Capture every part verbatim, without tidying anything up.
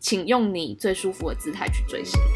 请用你最舒服的姿态去追星。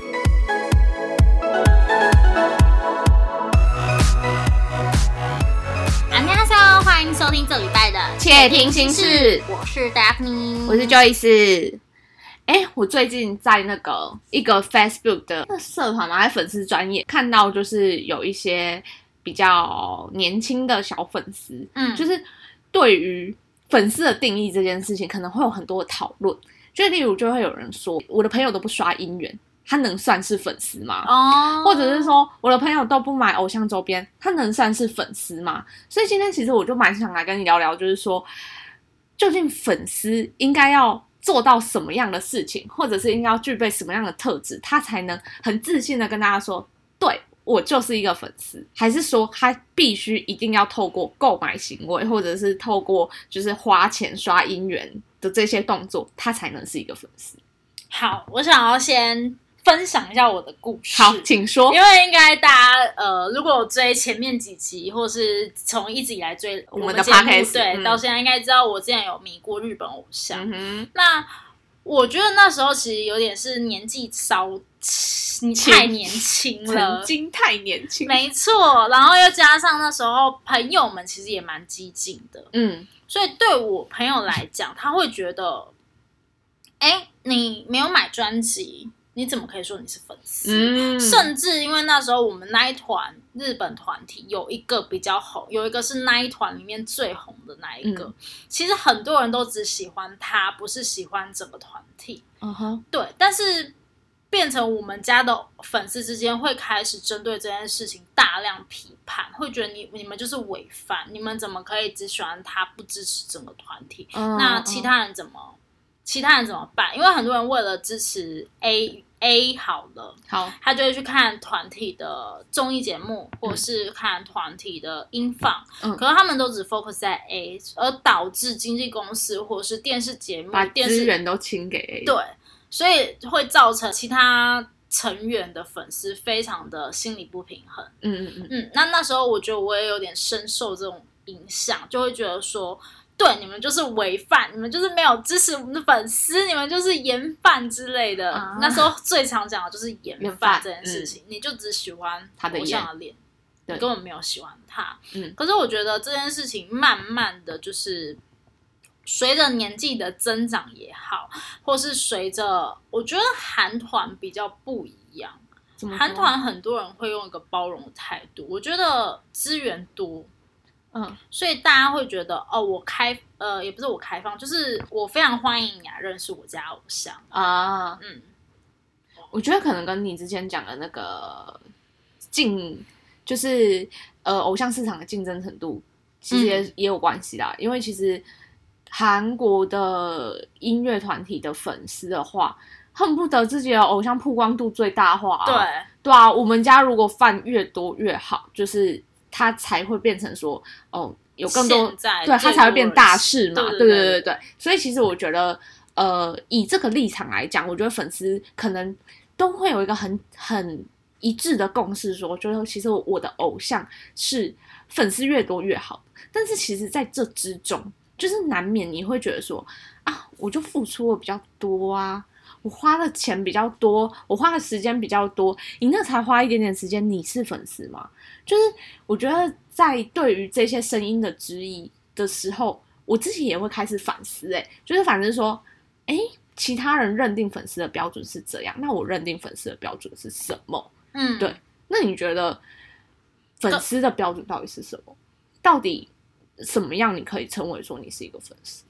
안녕하세요，欢迎收听这礼拜的窃听心事， 我是 Daphne， 我是 Joyce。哎，我最近在那个一个 Facebook 的社团嘛，还粉丝专页看到，就是有一些比较年轻的小粉丝，嗯，就是对于粉丝的定义这件事情，可能会有很多的讨论。就例如，就会有人说，我的朋友都不刷音源，他能算是粉丝吗？哦，或者是说，我的朋友都不买偶像周边，他能算是粉丝吗？所以今天其实我就蛮想来跟你聊聊，就是说，究竟粉丝应该要做到什么样的事情，或者是应该要具备什么样的特质，他才能很自信的跟大家说，对，我就是一个粉丝，还是说他必须一定要透过购买行为，或者是透过就是花钱刷音源的这些动作，他才能是一个粉丝？ 好，我想要先分享一下我的故事。 好，请说。 因为应该大家呃，如果追前面几集，或是从一直以来追我们的 podcast， 对、 嗯， 到现在应该知道我之前有迷过日本偶像。 嗯哼， 那我觉得那时候其实有点是年纪稍太年轻了， 曾经太年轻， 没错。然后又加上那时候朋友们其实也蛮激进的，嗯，所以对我朋友来讲，他会觉得，哎，你没有买专辑，你怎么可以说你是粉丝？嗯，甚至因为那时候我们那一团日本团体有一个比较红，有一个是那一团里面最红的那一个，嗯、其实很多人都只喜欢他，不是喜欢整个团体。嗯哼，对，但是变成我们家的粉丝之间会开始针对这件事情大量批判，会觉得你你们就是伪fan，你们怎么可以只喜欢他，不支持整个团体？嗯、那其他人怎么？其他人怎么办？因为很多人为了支持 A A 好了，好，他就会去看团体的综艺节目，或是看团体的音放。嗯，可是他们都只 focus 在 A， 而导致经纪公司或是电视节目把资源都倾给 A。 对，所以会造成其他成员的粉丝非常的心理不平衡。嗯嗯嗯嗯，那那时候我觉得我也有点深受这种影响，就会觉得说，对，你们就是违犯，你们就是没有支持我们的粉丝，你们就是严犯之类的。啊、那时候最常讲的就是严犯这件事情，嗯、你就只喜欢偶像的脸，你根本没有喜欢他。嗯，可是我觉得这件事情慢慢的就是随着年纪的增长也好，或是随着我觉得韩团比较不一样，韩团很多人会用一个包容的态度，我觉得资源多。嗯，所以大家会觉得哦，我开呃，也不是我开放，就是我非常欢迎你啊，认识我家偶像啊。嗯， 我觉得可能跟你之前讲的那个竞，就是呃偶像市场的竞争程度，其实也、嗯、也有关系啦。因为其实韩国的音乐团体的粉丝的话，恨不得自己的偶像曝光度最大化、啊。对对啊，我们家如果饭越多越好，就是它才会变成说，哦，有更多，对，它才会变大事嘛，对对对对对。所以其实我觉得，呃，以这个立场来讲，我觉得粉丝可能都会有一个很很一致的共识说，就是其实我的偶像是粉丝越多越好。但是其实在这之中，就是难免你会觉得说，啊，我就付出的比较多啊。我花的钱比较多，我花的时间比较多，你那才花一点点时间，你是粉丝吗？就是我觉得在对于这些声音的质疑的时候，我自己也会开始反思、欸，就是反正说，哎，其他人认定粉丝的标准是这样，那我认定粉丝的标准是什么？嗯，对，那你觉得粉丝的标准到底是什么？到底什么样你可以称为说你是一个粉丝？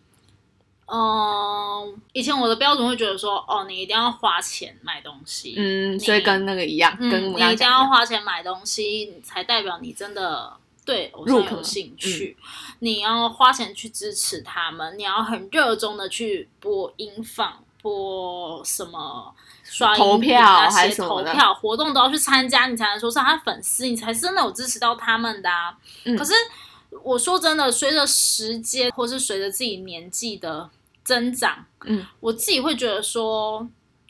嗯，以前我的标准会觉得说，哦，你一定要花钱买东西， 嗯，所以跟那个一样，嗯、跟我们你一定要花钱买东西，才代表你真的对偶像有兴趣。嗯、你要花钱去支持他们，你要很热衷的去播音放，播什么刷投票还是什么投票活动都要去参加，你才能说是他粉丝，你才真的有支持到他们的啊。嗯、可是我说真的，随着时间或是随着自己年纪的增长，嗯，我自己会觉得说，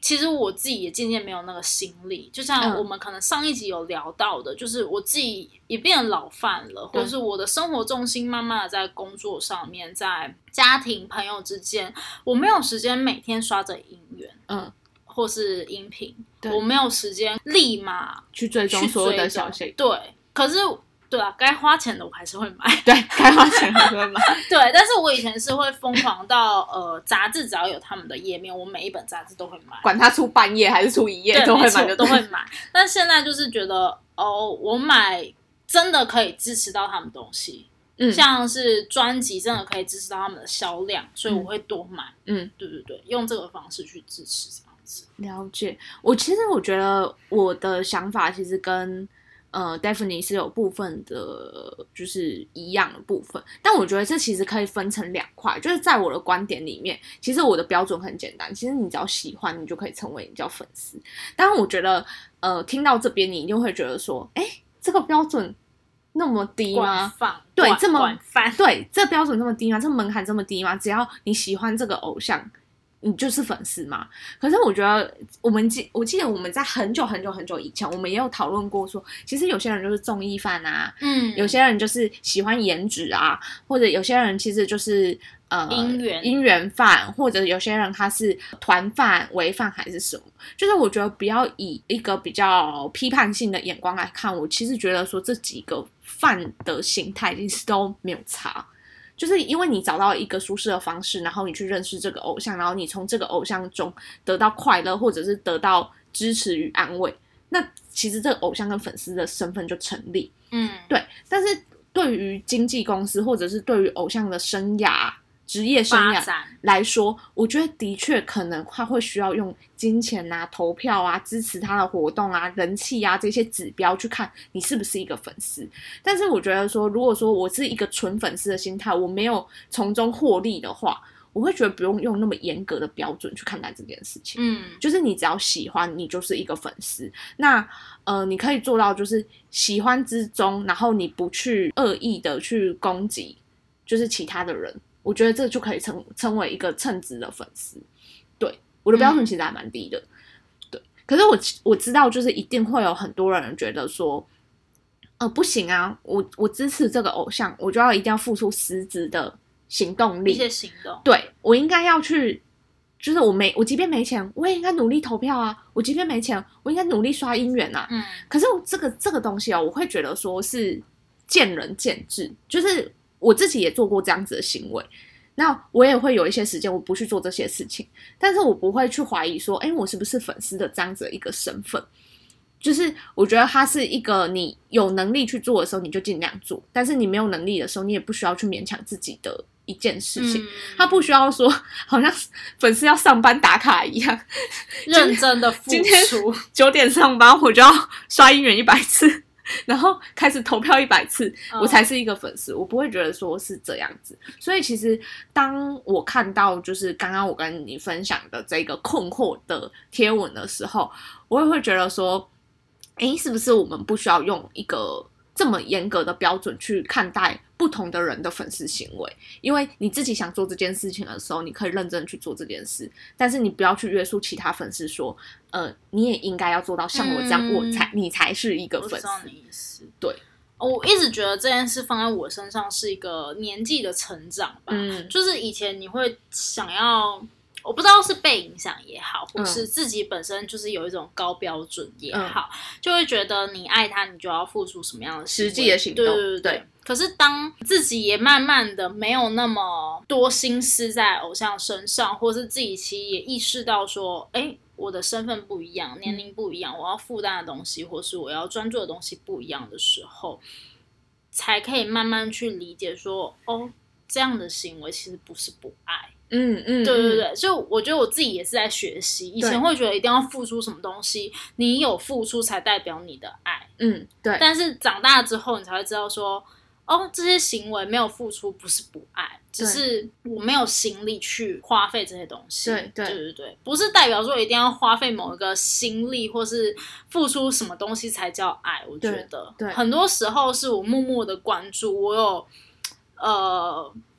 其实我自己也渐渐没有那个心力，就像我们可能上一集有聊到的，嗯、就是我自己也变成老范了，或者是我的生活重心慢慢的在工作上面，在家庭朋友之间，我没有时间每天刷着音源，嗯，或是音频，我没有时间立马去追踪所有的消息， 对，可是。对啊，该花钱的我还是会买。 对，该花钱还是会买。 对，但是我以前是会疯狂到呃，杂志只要有他们的页面，我每一本杂志都会买， 管它出半页还是出一页都会买， 都会买。但现在就是觉得哦，我买真的可以支持到他们东西，嗯，像是专辑真的可以支持到他们的销量，所以我会多买。嗯，对对对，用这个方式去支持这样子。 了解，我其实我觉得我的想法其实跟。呃 Daphne 是有部分的就是一样的部分，但我觉得这其实可以分成两块，就是在我的观点里面，其实我的标准很简单，其实你只要喜欢你就可以成为你叫粉丝。但是我觉得呃听到这边你一定会觉得说，哎，这个标准那么低吗？对，这么对，这标准这么低吗？这门槛这么低吗？只要你喜欢这个偶像你就是粉丝嘛？可是我觉得我们记，我记得我们在很久很久很久以前，我们也有讨论过说，其实有些人就是综艺范啊，嗯，有些人就是喜欢颜值啊，或者有些人其实就是呃姻缘姻缘范，或者有些人他是团范、唯范还是什么。就是我觉得不要以一个比较批判性的眼光来看，我其实觉得说这几个范的形态其实都没有差。就是因为你找到一个舒适的方式，然后你去认识这个偶像，然后你从这个偶像中得到快乐，或者是得到支持与安慰，那其实这个偶像跟粉丝的身份就成立。嗯，对。但是对于经纪公司或者是对于偶像的生涯、职业生涯来说，我觉得的确可能他会需要用金钱啊、投票啊、支持他的活动啊、人气啊这些指标去看你是不是一个粉丝。但是我觉得说，如果说我是一个纯粉丝的心态，我没有从中获利的话，我会觉得不用用那么严格的标准去看待这件事情。嗯，就是你只要喜欢，你就是一个粉丝。那呃，你可以做到就是喜欢之中，然后你不去恶意的去攻击，就是其他的人。我觉得这就可以称称为一个称职的粉丝。对，我的标准其实还蛮低的。嗯、对，可是我我知道，就是一定会有很多人觉得说，呃，不行啊，我我支持这个偶像，我就要一定要付出实质的行动力， 一些行动。 对，我应该要去，就是我没我即便没钱，我也应该努力投票啊。我即便没钱，我应该努力刷音源啊。嗯。可是我这个这个东西哦，我会觉得说是见仁见智，就是。我自己也做过这样子的行为，那我也会有一些时间我不去做这些事情，但是我不会去怀疑说，哎，我是不是粉丝的这样子的一个身份。就是我觉得它是一个你有能力去做的时候你就尽量做，但是你没有能力的时候你也不需要去勉强自己的一件事情。他、嗯、不需要说好像粉丝要上班打卡一样认真的付出， 今天九点上班我就要刷音源一百次，然后开始投票一百次，我才是一个粉丝、嗯、我不会觉得说是这样子。所以其实当我看到就是刚刚我跟你分享的这个困惑的贴文的时候，我也会觉得说诶，是不是我们不需要用一个这么严格的标准去看待不同的人的粉丝行为？因为你自己想做这件事情的时候，你可以认真去做这件事，但是你不要去约束其他粉丝说，呃，你也应该要做到像我这样，嗯、我才你才是一个粉丝。我知道你意思。对， 我一直觉得这件事放在我身上是一个年纪的成长吧。嗯，就是以前你会想要。我不知道是被影响也好，或是自己本身就是有一种高标准也好，嗯、就会觉得你爱他，你就要付出什么样的实际的行动。 对对 对, 对。可是当自己也慢慢的没有那么多心思在偶像身上，或是自己其实也意识到说，哎，我的身份不一样，年龄不一样，我要负担的东西，或是我要专注的东西不一样的时候，才可以慢慢去理解说，哦，这样的行为其实不是不爱。嗯嗯，对对对，所以我觉得我自己也是在学习。以前会觉得一定要付出什么东西，你有付出才代表你的爱。嗯，对。但是长大之后，你才会知道说，哦，这些行为没有付出不是不爱，只是我没有心力去花费这些东西。对对对对对，不是代表说一定要花费某一个心力或是付出什么东西才叫爱。我觉得，对，很多时候是我默默的关注，我有呃。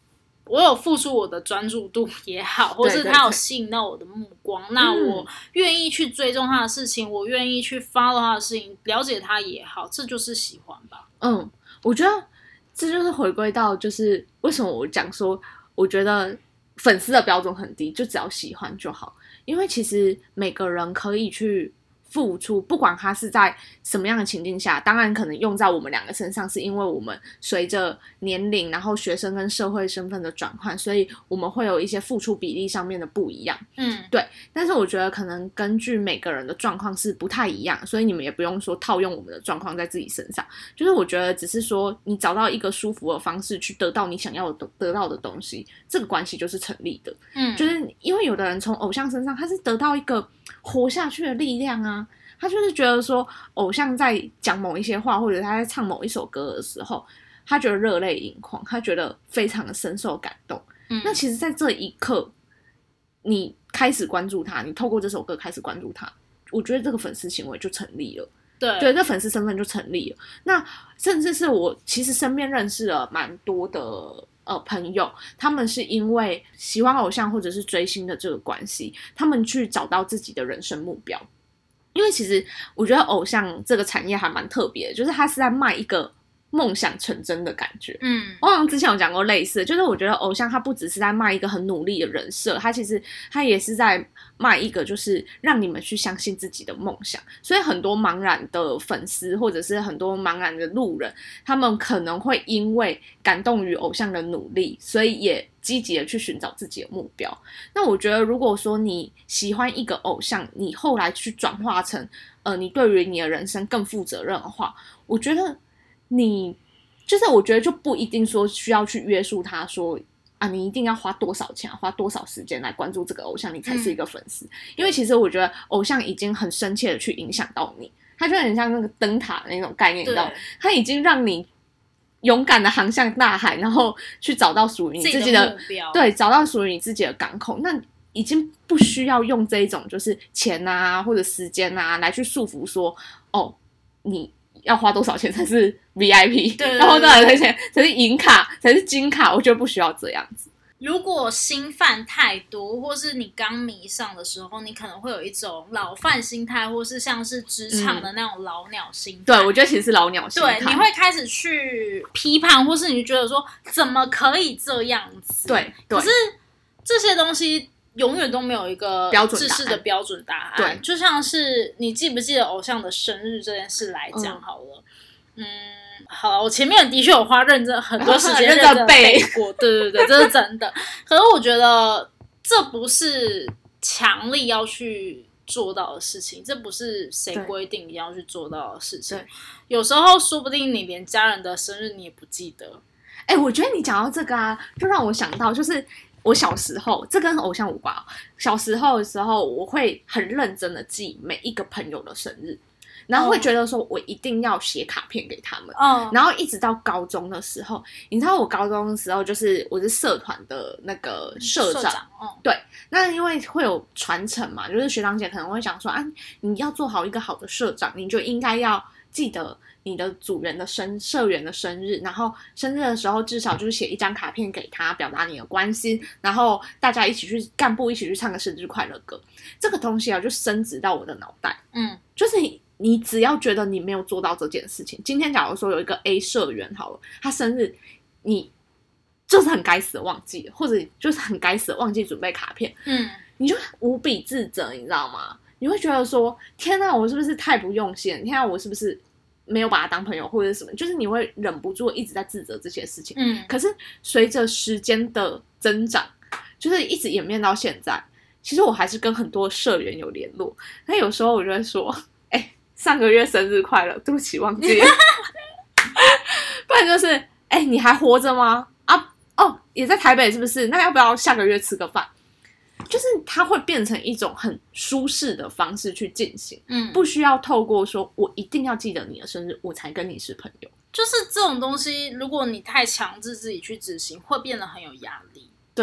我有付出我的专注度也好，或是他有吸引到我的目光，对对对，那我愿意去追踪他的事情，嗯，我愿意去 follow 他的事情，了解他也好，这就是喜欢吧。 嗯，我觉得这就是回归到就是为什么我讲说我觉得粉丝的标准很低，就只要喜欢就好，因为其实每个人可以去付出，不管他是在什么样的情境下，当然可能用在我们两个身上是因为我们随着年龄然后学生跟社会身份的转换，所以我们会有一些付出比例上面的不一样，嗯，对，但是我觉得可能根据每个人的状况是不太一样，所以你们也不用说套用我们的状况在自己身上，就是我觉得只是说你找到一个舒服的方式去得到你想要的得到的东西，这个关系就是成立的，嗯，就是因为有的人从偶像身上他是得到一个活下去的力量啊，他就是觉得说偶像在讲某一些话或者他在唱某一首歌的时候，他觉得热泪盈眶，他觉得非常的深受感动，嗯，那其实在这一刻你开始关注他，你透过这首歌开始关注他，我觉得这个粉丝行为就成立了，对对，这粉丝身份就成立了。那甚至是我其实身边认识了蛮多的呃朋友，他们是因为喜欢偶像或者是追星的这个关系，他们去找到自己的人生目标。因为其实我觉得偶像这个产业还蛮特别的，就是他是在卖一个梦想成真的感觉。嗯，我好像之前有讲过类似的，就是我觉得偶像他不只是在卖一个很努力的人设，他其实他也是在卖一个就是让你们去相信自己的梦想。所以很多茫然的粉丝或者是很多茫然的路人，他们可能会因为感动于偶像的努力，所以也积极的去寻找自己的目标。那我觉得如果说你喜欢一个偶像，你后来去转化成呃你对于你的人生更负责任的话，我觉得你就是我觉得就不一定说需要去约束他说啊你一定要花多少钱花多少时间来关注这个偶像你才是一个粉丝、嗯、因为其实我觉得偶像已经很深切的去影响到你，他就很像那个灯塔的那种概念，你知道他已经让你勇敢的航向大海，然后去找到属于你自己 的, 自己的目标， 对，找到属于你自己的港口，那已经不需要用这一种就是钱啊或者时间啊来去束缚说哦你要花多少钱才是 V I P， 对对对， 然后多少钱才是银卡才是金卡，我觉得不需要这样子。 如果新饭太多，或是你刚迷上的时候，你可能会有一种老饭心态，或是像是职场的那种老鸟心态、 嗯、对，我觉得其实是老鸟心态， 对，你会开始去批判，或是你觉得说怎么可以这样子， 对, 对， 可是这些东西永远都没有一个制式的标准答案， 对， 就像是你记不记得偶像的生日这件事来讲好了，嗯，好了，我前面的确有花认真很多时间认真背过，对对对，这是真的。可是我觉得这不是强力要去做到的事情，这不是谁规定你要去做到的事情。有时候说不定你连家人的生日你也不记得。 哎、欸，我觉得你讲到这个啊，就让我想到就是我小时候，这跟偶像无关。小时候的时候，我会很认真的记每一个朋友的生日。然后会觉得说我一定要写卡片给他们、oh. 然后一直到高中的时候，你知道我高中的时候就是我是社团的那个社长, 社长、oh. 对，那因为会有传承嘛，就是学长姐可能会想说啊，你要做好一个好的社长，你就应该要记得你的组员的生社员的生日，然后生日的时候至少就是写一张卡片给他，表达你的关心，然后大家一起去干部一起去唱个生日快乐歌。这个东西啊就深植到我的脑袋，嗯，就是你只要觉得你没有做到这件事情，今天假如说有一个 A 社员好了，他生日你就是很该死的忘记了，或者就是很该死的忘记准备卡片，嗯，你就无比自责，你知道吗？你会觉得说天哪，我是不是太不用心了？天哪，我是不是没有把他当朋友或者什么，就是你会忍不住一直在自责这些事情。嗯，可是随着时间的增长，就是一直演变到现在，其实我还是跟很多社员有联络，那有时候我就会说上个月生日快乐，对不起忘记了不然就是哎、欸，你还活着吗？啊哦，也在台北是不是？那要不要下个月吃个饭？就是它会变成一种很舒适的方式去进行，嗯，不需要透过说我一定要记得你的生日我才跟你是朋友。 就是这种东西如果你太强制自己去执行，会变得很有压力。 对，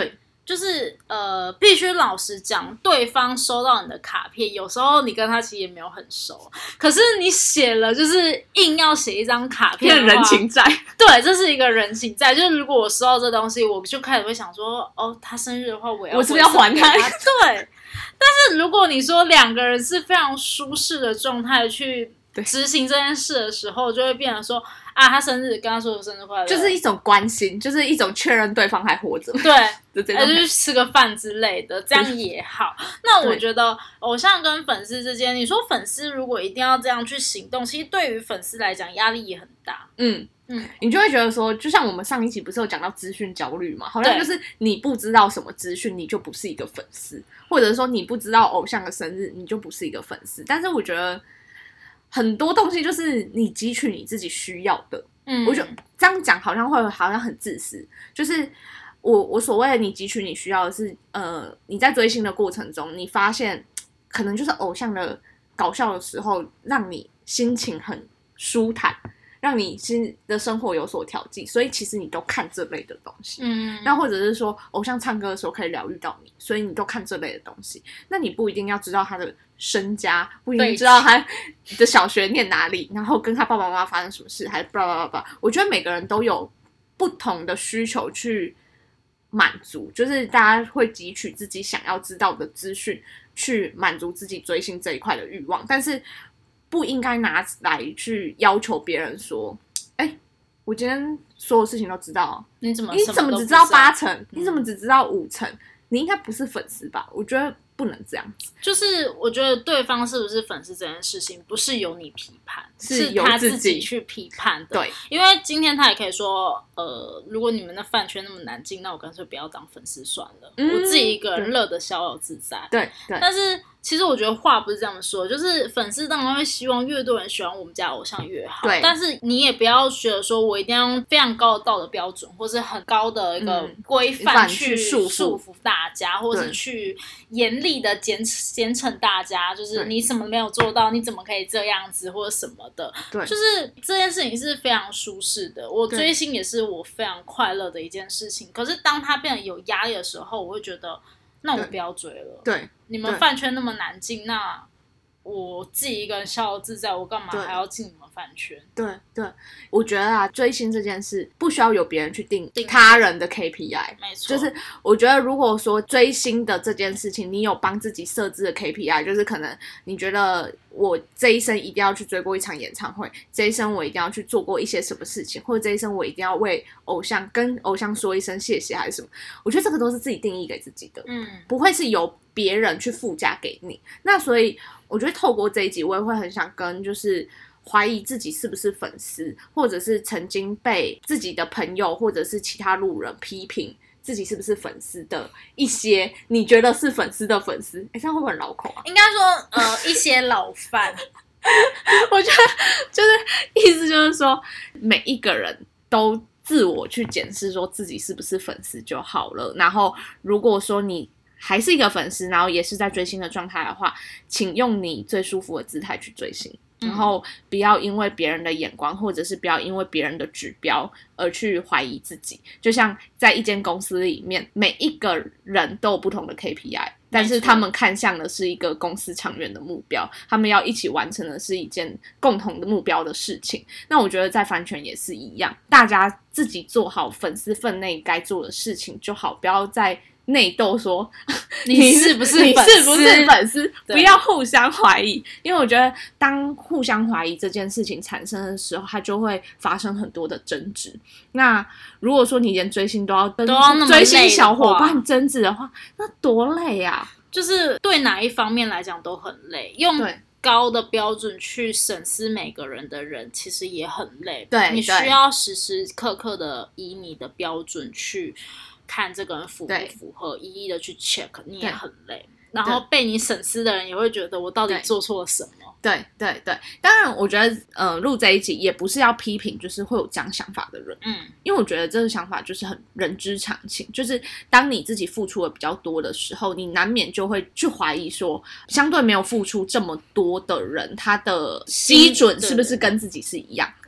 就是呃，必须老实讲，对方收到你的卡片，有时候你跟他其实也没有很熟，可是你写了，就是硬要写一张卡片的话， 人情债。 对，这是一个人情债。就是如果我收到这东西，我就开始会想说，哦，他生日的话，我要我是不是要还他？ 对。但是如果你说两个人是非常舒适的状态去执行这件事的时候，就会变成说啊，他生日，跟他说生日快乐， 就是一种关心，就是一种确认对方还活着， 对， 还是去吃个饭之类的，这样也好。那我觉得偶像跟粉丝之间，你说粉丝如果一定要这样去行动，其实对于粉丝来讲压力也很大。嗯嗯， 你就会觉得说，就像我们上一集不是有讲到资讯焦虑嘛，好像就是你不知道什么资讯，你就不是一个粉丝，或者说你不知道偶像的生日，你就不是一个粉丝。但是我觉得很多东西就是你汲取你自己需要的。嗯，我觉得这样讲好像会好像很自私，就是我我所谓的你汲取你需要的是，呃，你在追星的过程中，你发现可能就是偶像的搞笑的时候，让你心情很舒坦，让你心的生活有所调剂，所以其实你都看这类的东西。嗯，那或者是说偶像唱歌的时候可以疗愈到你，所以你都看这类的东西。那你不一定要知道他的身家，不一定知道他的小学念哪里，然后跟他爸爸妈妈发生什么事，还巴拉巴拉巴拉。我觉得每个人都有不同的需求去满足，就是大家会汲取自己想要知道的资讯，去满足自己追星这一块的欲望，但是不应该拿来去要求别人说，哎、欸，我今天所有事情都知道， 你怎么你怎么只知道八成、嗯？你怎么只知道五成？你应该不是粉丝吧？我觉得不能这样子。 就是我觉得对方是不是粉丝这件事情，不是由你批判， 是他自己去批判的。 对， 因为今天他也可以说，呃，如果你们的饭圈那么难进，那我干脆不要当粉丝算了、嗯，我自己一个人乐得逍遥自在。 对对。 但是其实我觉得话不是这样说，就是粉丝当然会希望越多人喜欢我们家偶像越好。对。但是你也不要觉得说我一定要用非常高的道德标准，或是很高的一个规范去束缚大家，或是去严厉的检检惩大家，就是你什么没有做到，你怎么可以这样子或者什么的。对。就是这件事情是非常舒适的，我追星也是我非常快乐的一件事情。可是当它变得有压力的时候，我会觉得。那我不要追了。 对， 你们饭圈那么难进，那我自己一个人逍遥自在，我干嘛还要进你们饭圈？ 对对，我觉得啊，追星这件事不需要有别人去定他人的 K P I， 没错。 就是我觉得，如果说追星的这件事情，你有帮自己设置的 K P I， 就是可能你觉得我这一生一定要去追过一场演唱会，这一生我一定要去做过一些什么事情，或者这一生我一定要为偶像跟偶像说一声谢谢，还是什么？我觉得这个都是自己定义给自己的，嗯，不会是由别人去附加给你。那所以我觉得透过这一集，我也会很想跟就是怀疑自己是不是粉丝，或者是曾经被自己的朋友或者是其他路人批评自己是不是粉丝的一些你觉得是粉丝的粉丝，哎，这样会不会很老口啊？ 应该说呃一些老范。 我觉得就是意思就是说，每一个人都自我去检视说自己是不是粉丝就好了。然后如果说你还是一个粉丝，然后也是在追星的状态的话，请用你最舒服的姿态去追星，然后不要因为别人的眼光，或者是不要因为别人的指标而去怀疑自己。就像在一间公司里面，每一个人都有不同的 K P I， 但是他们看向的是一个公司长远的目标，他们要一起完成的是一件共同的目标的事情。那我觉得在饭圈也是一样，大家自己做好粉丝分内该做的事情就好，不要再内斗说你是不是粉丝， 你是不是粉丝，不要互相怀疑。因为我觉得当互相怀疑这件事情产生的时候，它就会发生很多的争执。那如果说你连追星都要跟追星小伙伴争执的话，那多累啊， 就是对哪一方面来讲都很累。用高的标准去审视每个人的人其实也很累。 对， 你需要时时刻刻的以你的标准去看这个人符不符合，一一的去 check， 你也很累。然后被你审视的人也会觉得我到底做错了什么。 对对对，当然我觉得呃录这一集也不是要批评就是会有这样想法的人，嗯，因为我觉得这个想法就是很人之常情，就是当你自己付出的比较多的时候，你难免就会去怀疑说相对没有付出这么多的人他的基准是不是跟自己是一样的。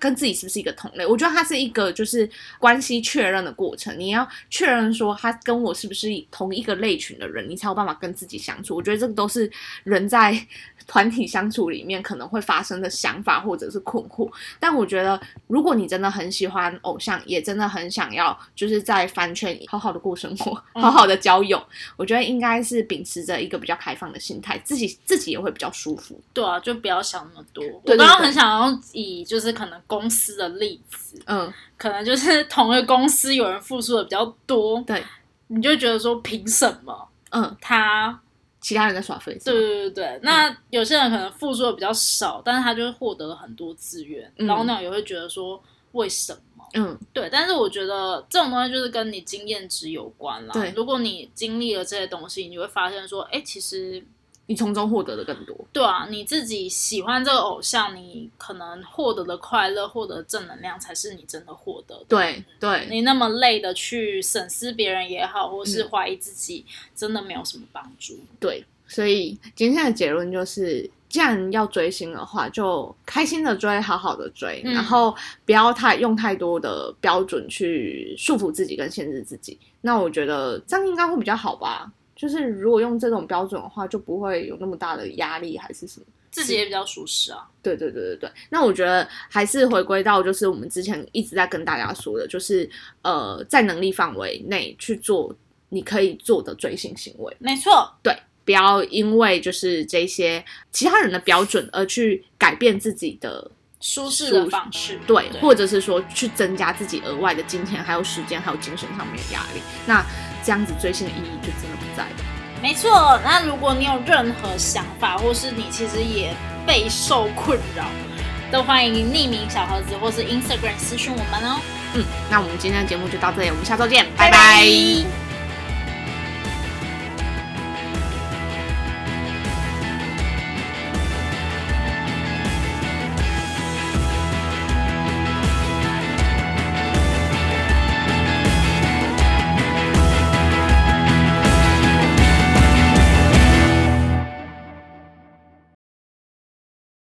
跟自己是不是一个同类。我觉得它是一个就是关系确认的过程，你要确认说他跟我是不是同一个类群的人，你才有办法跟自己相处。我觉得这个都是人在团体相处里面可能会发生的想法或者是困惑。但我觉得如果你真的很喜欢偶像，也真的很想要就是在饭圈好好的过生活，好好的交友、嗯、我觉得应该是秉持着一个比较开放的心态，自己自己也会比较舒服。 对啊，就不要想那么多。 对对对， 我刚刚很想要以就是可能公司的例子，嗯，可能就是同一个公司有人付出的比较多， 对， 你就觉得说凭什么？嗯，他其他人在耍废。 对对对对，那有些人可能付出的比较少，但是他就获得了很多资源，嗯、然后那种也会觉得说为什么？嗯，对。但是我觉得这种东西就是跟你经验值有关啦。对，如果你经历了这些东西，你会发现说，哎，其实你从中获得的更多。 对啊，你自己喜欢这个偶像，你可能获得的快乐、获得的正能量，才是你真的获得的。 对对， 你那么累的去审视别人也好，或是怀疑自己，嗯、真的没有什么帮助。 对，所以今天的结论就是，既然要追星的话，就开心的追，好好的追，嗯、然后不要太用太多的标准去束缚自己跟限制自己。那我觉得这样应该会比较好吧。就是如果用这种标准的话，就不会有那么大的压力还是什么， 自己也比较舒适啊。 对对对对对。那我觉得还是回归到就是我们之前一直在跟大家说的，就是呃在能力范围内去做你可以做的追星行为。 没错， 对，不要因为就是这些其他人的标准而去改变自己的舒适的方式， 对，对，或者是说去增加自己额外的金钱还有时间还有精神上面的压力，那这样子追星的意义就真的不在了。 没错，那如果你有任何想法，或是你其实也备受困扰，都欢迎匿名小盒子或是 Instagram 私讯我们哦。 嗯，那我们今天的节目就到这里，我们下周见，拜拜。拜拜。